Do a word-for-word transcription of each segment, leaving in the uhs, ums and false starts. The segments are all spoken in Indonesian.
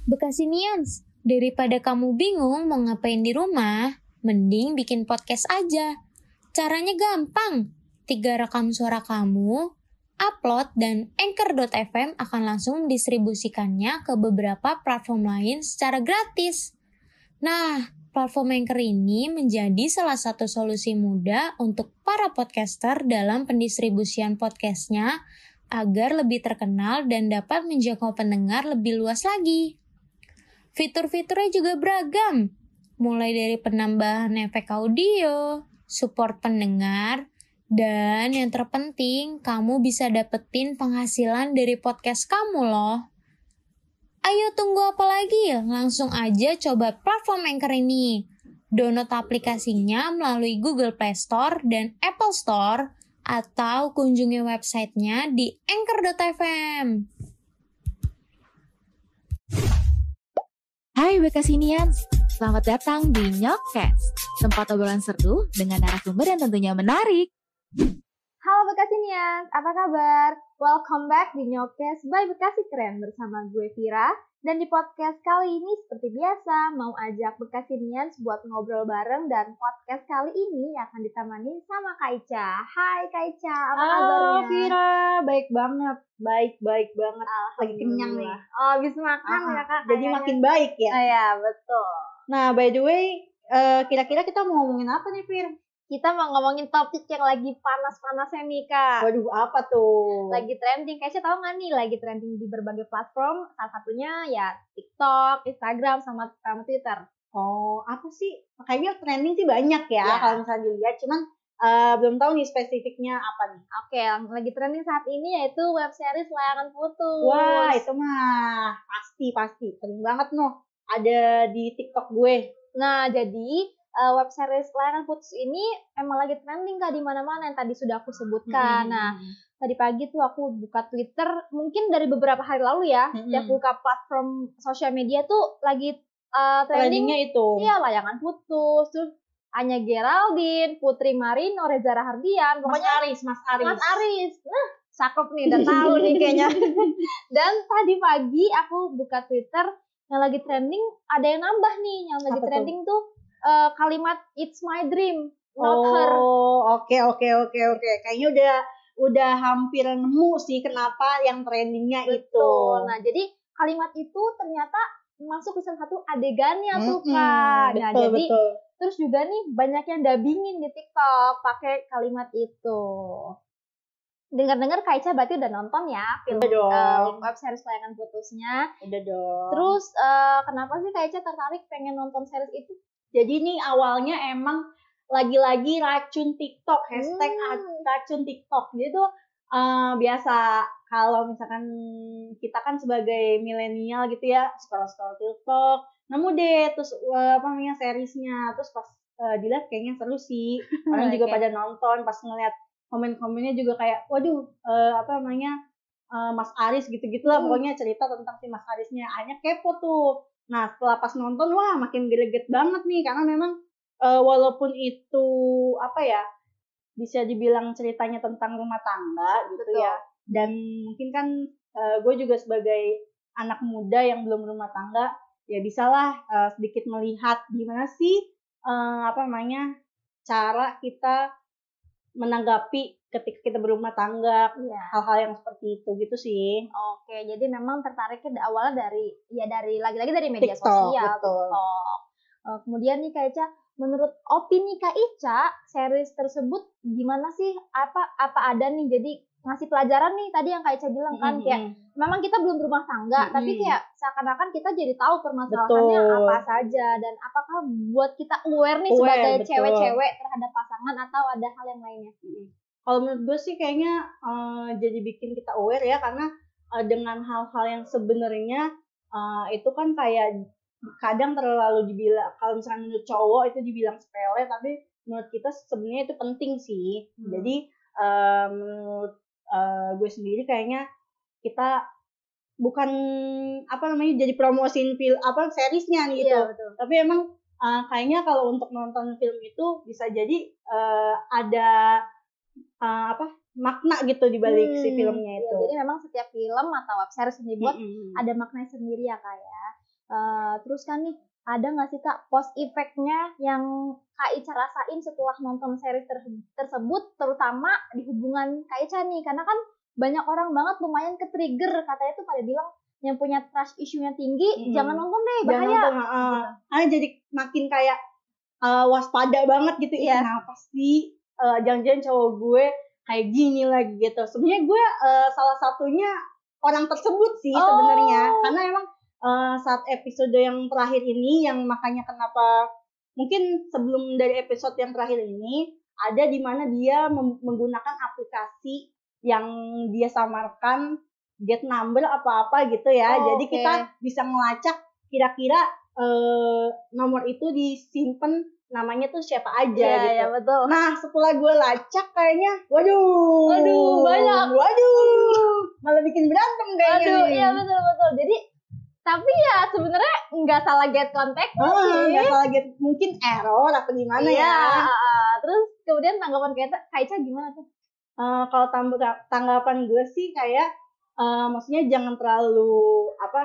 Bekasinians, daripada kamu bingung mau ngapain di rumah, mending bikin podcast aja. Caranya gampang. Tiga rekam suara kamu, upload, dan Anchor dot f m akan langsung mendistribusikannya ke beberapa platform lain secara gratis. Nah, platform Anchor ini menjadi salah satu solusi mudah untuk para podcaster dalam pendistribusian podcastnya agar lebih terkenal dan dapat menjangkau pendengar lebih luas lagi. Fitur-fiturnya juga beragam, mulai dari penambahan efek audio, support pendengar, dan yang terpenting, kamu bisa dapetin penghasilan dari podcast kamu loh. Ayo tunggu apa lagi? Langsung aja coba platform Anchor ini. Download aplikasinya melalui Google Play Store dan Apple Store, atau kunjungi websitenya di anchor dot f m. Hai Bekasinians, selamat datang di Nyokcast, tempat obrolan seru dengan narasumber yang tentunya menarik. Halo Bekasinians, apa kabar? Welcome back di Nyokcast by Bekasi Keren bersama gue Vira. Dan di podcast kali ini seperti biasa mau ajak Bekasinians buat ngobrol bareng, dan podcast kali ini akan ditemani sama Kak Ica. Hai Kak Ica, apa Halo, kabarnya? Halo Vira, baik banget, baik-baik banget. Lagi kenyang nih. Oh, habis makan uh-huh. ya Kak? Jadi kayaknya. makin baik ya? Oh ya, betul. Nah, by the way, uh, kira-kira kita mau ngomongin apa nih Vir? Kita mau ngomongin topik yang lagi panas-panasnya nih Kak. Waduh, apa tuh? Lagi trending, kayaknya tahu nggak nih, lagi trending di berbagai platform. Salah satunya ya TikTok, Instagram, sama, sama Twitter. Oh, apa sih? Kayaknya trending sih banyak ya, ya. Kalau misalnya dilihat. Cuman uh, belum tahu nih spesifiknya apa nih. Oke, yang lagi trending saat ini yaitu web series Layangan Putus. Wah, itu mah pasti-pasti. Sering banget noh. Ada di TikTok gue. Nah, jadi Uh, web series Layangan Putus ini emang lagi trending Kak di mana-mana yang tadi sudah aku sebutkan. Hmm. Nah, tadi pagi tuh aku buka Twitter, mungkin dari beberapa hari lalu ya, hmm. setiap buka platform sosial media tuh lagi uh, trending. Trendingnya itu. Iya, Layangan Putus, terus Anya Geraldine, Putri Marino, Reza Rahardian, pokoknya Mas Aris, Mas Aris. Mas Aris. Nah, cakep nih, udah tahu nih kayaknya. Dan tadi pagi aku buka Twitter, yang lagi trending ada yang nambah nih, yang lagi Apa trending tuh? tuh Uh, kalimat "It's my dream, not oh, her." Oh, oke oke oke oke. Kayaknya udah udah hampir nemu sih kenapa yang trendingnya Betul. itu. Nah, jadi kalimat itu ternyata masuk ke salah satu adegannya mm-hmm. tuh Kak. Nah, betul, jadi betul. Terus juga nih banyak yang dubbingin di TikTok pakai kalimat itu. Dengar-dengar Kak Ica berarti udah nonton ya film uh, web series Layangan Putusnya. Udah dong. Terus uh, kenapa sih Kak Ica tertarik pengen nonton series itu? Jadi nih awalnya emang lagi-lagi racun TikTok, hashtag hmm. racun TikTok. Jadi tuh uh, biasa kalau misalkan kita kan sebagai milenial gitu ya, scroll-scroll TikTok, nemu deh terus uh, apa namanya seriesnya, terus pas uh, dilihat kayaknya seru sih. Orang okay. juga pada nonton, pas ngeliat komen-komennya juga kayak, waduh uh, apa namanya uh, Mas Aris gitu-gitulah, hmm. pokoknya cerita tentang si Mas Arisnya. Akhirnya kepo tuh. Nah setelah pas nonton, wah makin greget banget nih, karena memang uh, walaupun itu apa ya, bisa dibilang ceritanya tentang rumah tangga gitu. Betul. Ya, dan mungkin kan uh, gue juga sebagai anak muda yang belum rumah tangga, ya bisalah uh, sedikit melihat gimana sih uh, apa namanya cara kita menanggapi ketika kita berumah tangga, ya. Hal-hal yang seperti itu gitu sih. Oke, jadi memang tertariknya awalnya dari ya dari lagi-lagi dari media TikTok, sosial, betul. TikTok. Uh, kemudian nih Kak Ica, menurut opini Kak Ica, series tersebut gimana sih? Apa apa ada nih jadi ngasih pelajaran nih tadi yang Kak Ica bilang kan, mm-hmm. kayak memang kita belum berumah tangga, mm-hmm. tapi kayak seakan-akan kita jadi tahu permasalahannya betul. Apa saja, dan apakah buat kita aware nih aware, sebagai betul. Cewek-cewek terhadap pasangan atau ada hal yang lainnya? Mm-hmm. Kalau menurut gue sih kayaknya uh, jadi bikin kita aware ya, karena uh, dengan hal-hal yang sebenarnya uh, itu kan kayak kadang terlalu dibilang, kalau misalnya menurut cowok itu dibilang sepele, tapi menurut kita sebenarnya itu penting sih. Hmm. Jadi uh, menurut uh, gue sendiri kayaknya kita bukan apa namanya jadi promosiin film apa seriesnya nih gitu. Iya, betul. Tapi emang uh, kayaknya kalau untuk nonton film itu bisa jadi uh, ada Uh, apa makna gitu di balik hmm, si filmnya itu. Ya, jadi memang setiap film atau web series yang dibuat hmm. ada maknanya sendiri ya Kak ya. Uh, terus kan nih, ada nggak sih Kak post effect-nya yang Kak Ica rasain setelah nonton series ter- tersebut, terutama di hubungan Kak Ica nih, karena kan banyak orang banget lumayan ke-trigger, katanya tuh pada bilang yang punya trust issue-nya tinggi, hmm. jangan nonton deh, bahaya. Jangan nonton, uh, gitu. Ah, jadi makin kayak uh, waspada banget gitu, yeah. Kenapa sih uh, jangan-jangan cowok gue kayak gini lagi gitu. Sebenarnya gue uh, salah satunya orang tersebut sih oh. sebenarnya, karena emang Uh, saat episode yang terakhir ini yang makanya kenapa mungkin sebelum dari episode yang terakhir ini ada di mana dia mem- menggunakan aplikasi yang dia samarkan get number apa-apa gitu ya. Oh, jadi okay. Kita bisa ngelacak kira-kira uh, nomor itu disimpan namanya tuh siapa aja yeah, gitu. Yeah, betul. Nah, setelah gue lacak kayaknya waduh. Waduh, banyak. Waduh. Malah bikin berantem kayaknya. Waduh, iya betul betul. Jadi tapi ya sebenarnya nggak salah get contact oh, sih. Nggak salah get, mungkin error atau gimana iya, ya. Uh, terus kemudian tanggapan Kak Ica gimana tuh? Uh, kalau tanggapan gue sih kayak, uh, maksudnya jangan terlalu apa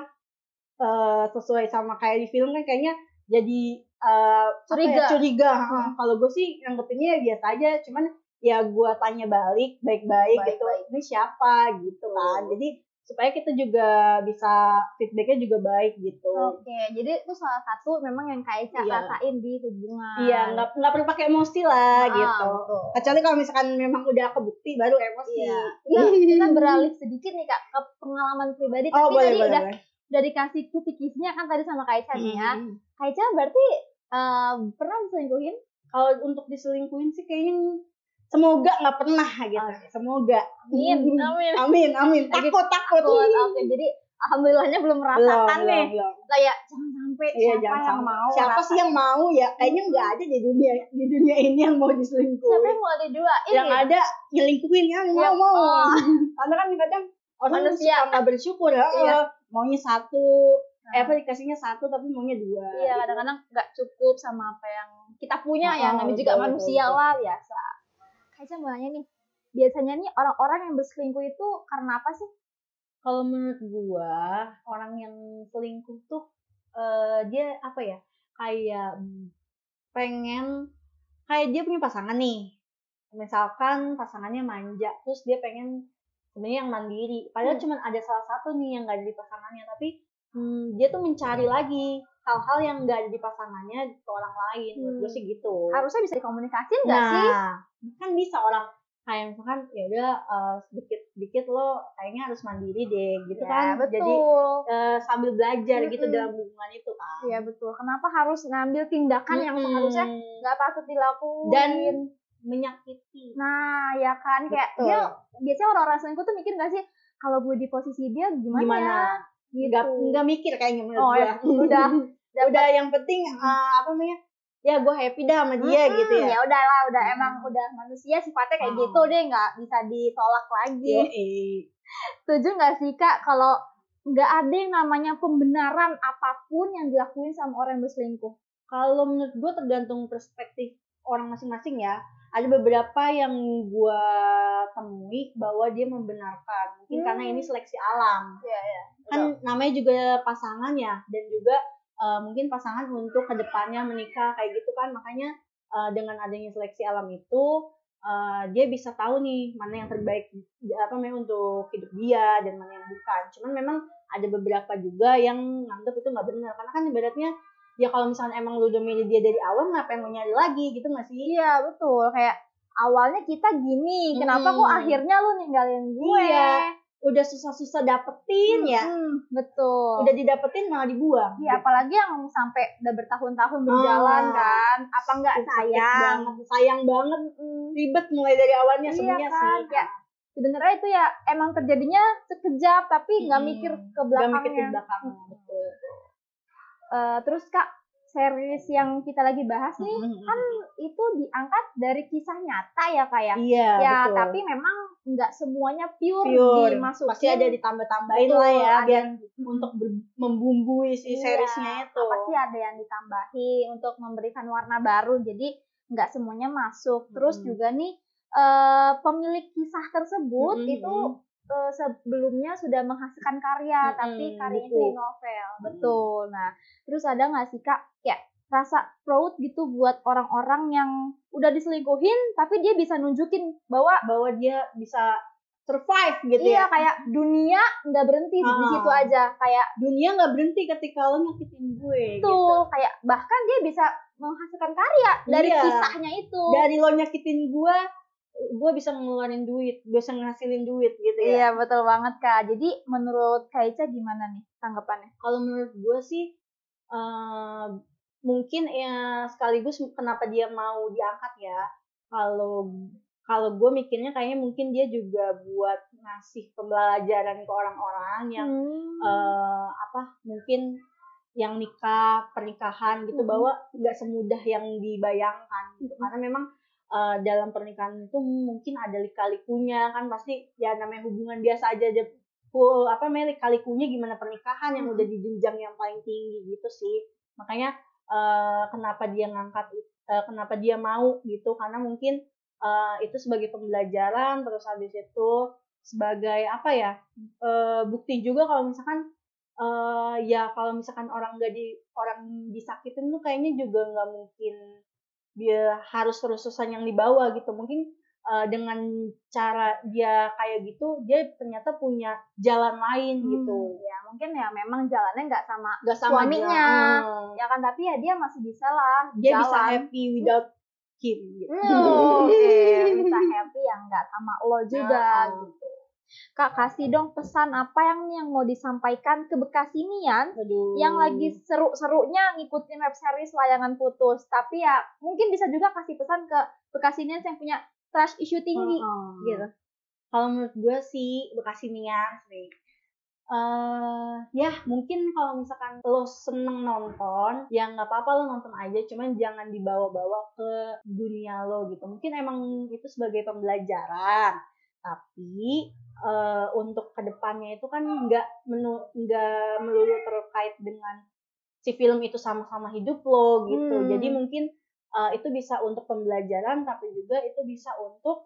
uh, sesuai sama kayak di film kan kayaknya jadi uh, curiga. Ya, curiga. Hmm. Kalau gue sih nganggepinnya ya biasa aja, cuman ya gue tanya balik baik-baik gitu, baik. Ini siapa gitu kan. Hmm. Jadi supaya kita juga bisa feedbacknya juga baik gitu. Oke, jadi itu salah satu memang yang Kak Ica iya. rasain di hubungan. Iya, nggak nggak perlu pakai emosi lah ah, gitu. Betul. Kecuali kalau misalkan memang udah kebukti baru emosi. Iya. Kita, kita beralih sedikit nih Kak ke pengalaman pribadi. Oh, tapi boleh, tadi boleh, udah boleh. Dari kasih kisi-kisinya kan tadi sama Kak Ica nih ya. Hmm. Kak Ica berarti uh, pernah diselingkuhin? Kalau untuk diselingkuhin sih kayaknya semoga nggak pernah gitu. Okay. Semoga. Amin. Amin. Amin. Amin. Takut, takut. Oke, okay, jadi alhamdulillahnya belum merasakan belum, nih. Belum, belum. Kayak jangan sampai iya, siapa jangan yang sampai. mau. Siapa rasakan. sih yang mau ya? Kayaknya nggak ada di dunia di dunia ini yang mau diselingkuhin. Siapa yang mau diduain? Yang gitu? Ada nyelingkuhin kan mau ya, mau. Oh. Karena kan kadang orang manusia nggak bersyukur ya. Iya. Maunya satu. Eh apa dikasihnya satu tapi maunya dua. Iya, kadang-kadang nggak cukup sama apa yang kita punya oh, ya. Namanya juga manusia betul. Lah biasa. Kayaknya mau nanya nih, biasanya nih orang-orang yang berselingkuh itu karena apa sih? Kalau menurut gua, orang yang selingkuh tuh uh, dia apa ya? Kayak pengen kayak dia punya pasangan nih. Misalkan pasangannya manja, terus dia pengen sebenarnya yang mandiri. Padahal hmm. cuma ada salah satu nih yang enggak ada di pasangannya, tapi hmm, dia tuh mencari lagi hal-hal yang enggak ada di pasangannya ke orang lain. Hmm. Menurut gua sih gitu. Harusnya bisa dikomunikasiin enggak nah, sih? Kan bisa orang kayak misalkan ya udah uh, sedikit sedikit lo kayaknya harus mandiri deh gitu ya, kan betul. Jadi uh, sambil belajar mm-hmm. gitu dalam hubungan itu kan. Iya betul. Kenapa harus ngambil tindakan mm-hmm. yang seharusnya nggak patut dilakukan dan menyakiti. Nah ya kan kayak betul. Dia biasanya orang-orang selingkuh tuh mikir nggak sih kalau gue di posisi dia gimana, gimana? Ya? Gitu. Nggak nggak mikir kayaknya menurut oh, gue. Ya. Udah udah yang penting uh, apa namanya? Ya gue happy dah sama dia hmm, gitu ya. Ya udahlah, udah hmm. emang udah manusia sifatnya kayak hmm. gitu deh, nggak bisa ditolak lagi. Yoi. Setuju nggak sih Kak kalau nggak ada yang namanya pembenaran apapun yang dilakuin sama orang yang berselingkuh? Kalau menurut gue tergantung perspektif orang masing-masing ya. Ada beberapa yang gue temui bahwa dia membenarkan, mungkin hmm. karena ini seleksi alam. Iya ya. Kan namanya juga pasangan ya, dan juga Uh, mungkin pasangan untuk kedepannya menikah kayak gitu kan, makanya uh, dengan adanya seleksi alam itu uh, dia bisa tahu nih mana yang terbaik apa memang untuk hidup dia dan mana yang bukan. Cuman memang ada beberapa juga yang nganggap itu nggak benar, karena kan ibaratnya ya kalau misalnya emang lu udah milih dia dari awal ngapain mau nyari lagi gitu nggak sih? Iya betul, kayak awalnya kita gini, hmm. kenapa kok akhirnya lu ninggalin gue? Iya. Udah susah-susah dapetin hmm, ya, hmm, betul. Udah didapetin malah dibuang. Iya, apalagi yang sampai udah bertahun-tahun berjalan oh, kan, apa nggak sayang? Banget, sayang banget, hmm. ribet mulai dari awalnya iya, sebenarnya kan? sih. Ya, sebenarnya itu ya emang terjadinya sekejap, tapi nggak hmm, mikir ke belakangnya. Nggak mikir ke belakangnya, hmm. betul. Uh, terus Kak, series yang kita lagi bahas nih hmm. kan itu diangkat dari kisah nyata ya Kak ya. Iya, ya betul. Tapi memang nggak semuanya pure, pure. dimasukin. Pasti ada ditambah-tambahin lah ya biar untuk ber- membumbui si iya, seriesnya itu. Pasti ada yang ditambahi untuk memberikan warna baru. Jadi nggak semuanya masuk. Terus hmm. juga nih uh, pemilik kisah tersebut hmm. itu uh, sebelumnya sudah menghasilkan karya, Mm-mm, tapi karyanya itu buku. di novel. Betul. Nah, terus ada nggak sih Kak, kayak rasa proud gitu buat orang-orang yang udah diselingkuhin, tapi dia bisa nunjukin bahwa bahwa dia bisa survive gitu iya ya. kayak dunia nggak berhenti di Ah. situ aja, kayak Dunia nggak berhenti ketika lo nyakitin gue tuh gitu. kayak bahkan dia bisa menghasilkan karya dari Iya. kisahnya itu. Dari lo nyakitin gue, gue bisa ngeluarin duit, bisa ngasilin duit gitu ya. Iya betul banget Kak. Jadi menurut Kak Ica gimana nih tanggapannya? Kalau menurut gue sih uh, mungkin ya sekaligus kenapa dia mau diangkat ya. Kalau kalau gue mikirnya kayaknya mungkin dia juga buat ngasih pembelajaran ke orang-orang yang Hmm. uh, apa mungkin yang nikah pernikahan gitu Hmm. bahwa nggak semudah yang dibayangkan gitu. Hmm. Karena memang uh, dalam pernikahan itu mungkin ada lika-likunya kan, pasti ya namanya hubungan biasa aja aja full apa namanya lika-likunya gimana pernikahan yang Hmm. udah di jenjang yang paling tinggi gitu sih. Makanya uh, kenapa dia ngangkat uh, kenapa dia mau gitu, karena mungkin uh, itu sebagai pembelajaran, terus habis itu sebagai apa ya uh, bukti juga kalau misalkan uh, ya kalau misalkan orang nggak di orang disakitin tuh kayaknya juga nggak mungkin dia harus terus-terusan yang dibawa gitu. Mungkin uh, dengan cara dia kayak gitu dia ternyata punya jalan lain Hmm. gitu. Ya mungkin ya memang jalannya nggak sama Gak sama suaminya, aja. ya kan, tapi ya dia masih bisa lah Dia jalan. bisa happy without him gitu. Hmm, Oke, bisa happy yang nggak sama lo juga Nah. gitu. Kak, kasih dong pesan apa yang yang mau disampaikan ke Bekasinian Aduh. yang lagi seru-serunya ngikutin web series Layangan Putus. Tapi ya mungkin bisa juga kasih pesan ke Bekasinian yang punya trust issue tinggi Uh-uh. gitu. Kalau menurut gue sih Bekasinian nih. Uh, ya mungkin kalau misalkan lo seneng nonton ya nggak apa-apa lo nonton aja, cuman jangan dibawa-bawa ke dunia lo gitu. Mungkin emang itu sebagai pembelajaran, tapi uh, untuk kedepannya itu kan nggak menu nggak melulu terkait dengan si film itu sama-sama hidup lo gitu. Hmm. Jadi mungkin uh, itu bisa untuk pembelajaran, tapi juga itu bisa untuk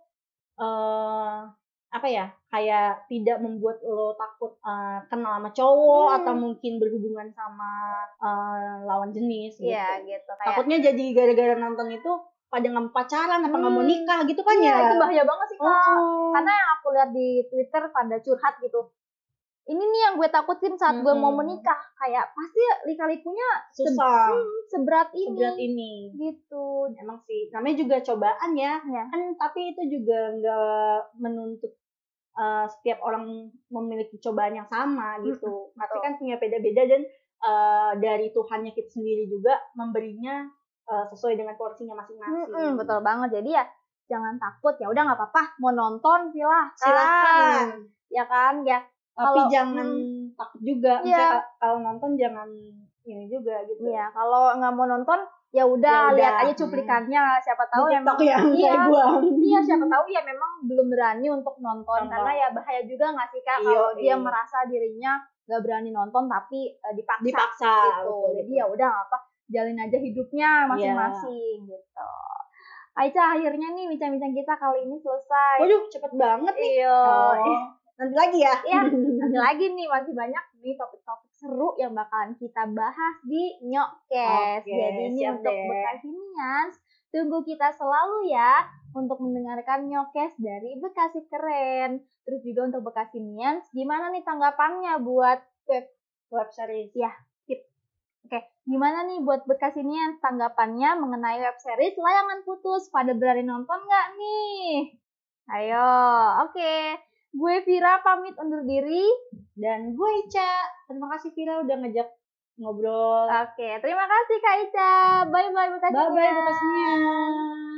uh, apa ya kayak tidak membuat lo takut uh, kenal sama cowok Hmm. atau mungkin berhubungan sama uh, lawan jenis gitu. Iya gitu. Kayak Takutnya jadi gara-gara nonton itu pada nggak pacaran apa nggak mau Hmm. nikah gitu kan iya, ya. itu bahaya banget sih Kak. Oh. Karena yang aku lihat di Twitter pada curhat gitu. Ini nih yang gue takutin saat gue mau Mm-mm. menikah. Kayak pasti lika-likunya se- Susah. hmm, seberat ini. Seberat ini. Gitu. Emang sih namanya juga cobaan ya. Ya. Kan tapi itu juga nggak menuntut uh, setiap orang memiliki cobaan yang sama gitu. Pasti kan punya beda-beda, dan uh, dari Tuhannya kita sendiri juga memberinya uh, sesuai dengan porsinya masing-masing. Mm-mm, betul banget. Jadi ya jangan takut, ya udah nggak apa-apa, mau nonton silahkan. Silakan. Ya kan, ya. Tapi Kalau- jangan mm, takut juga. Iya. Misalnya ka- kalau nonton jangan ini juga gitu. Iya, kalau nggak mau nonton ya udah Ya lihat udah. aja cuplikannya. Siapa tahu Di emang TikTok yang iya, kayak gua. iya siapa tahu ya memang belum berani untuk nonton. Nonton. Karena ya bahaya juga nggak sih Kak Iya, kalau dia iya. merasa dirinya nggak berani nonton tapi eh, dipaksa, Dipaksa, gitu. betul, Jadi betul. ya udah nggak apa, jalin aja hidupnya masing-masing gitu. Aica, akhirnya nih bincang-bincang kita kali ini selesai. Waduh, cepet banget nih. Iya. Oh, nanti lagi ya. Iya, nanti lagi nih masih banyak nih topik-topik seru yang bakalan kita bahas di Nyokes. Oke, Jadi ini siap untuk deh. Bekasinians, tunggu kita selalu ya untuk mendengarkan Nyokes dari Bekasi Keren. Terus juga untuk Bekasinians, gimana nih tanggapannya buat web Web series. ya skip. Oke, gimana nih buat Bekasinians tanggapannya mengenai web series Layangan Putus? Pada berani nonton nggak nih? Ayo, oke. Gue Vira pamit undur diri. Dan gue Ica. Terima kasih Vira udah ngajak ngobrol. Oke, terima kasih Kak Ica. Bye-bye Bekasinians. Bye-bye Bekasinian.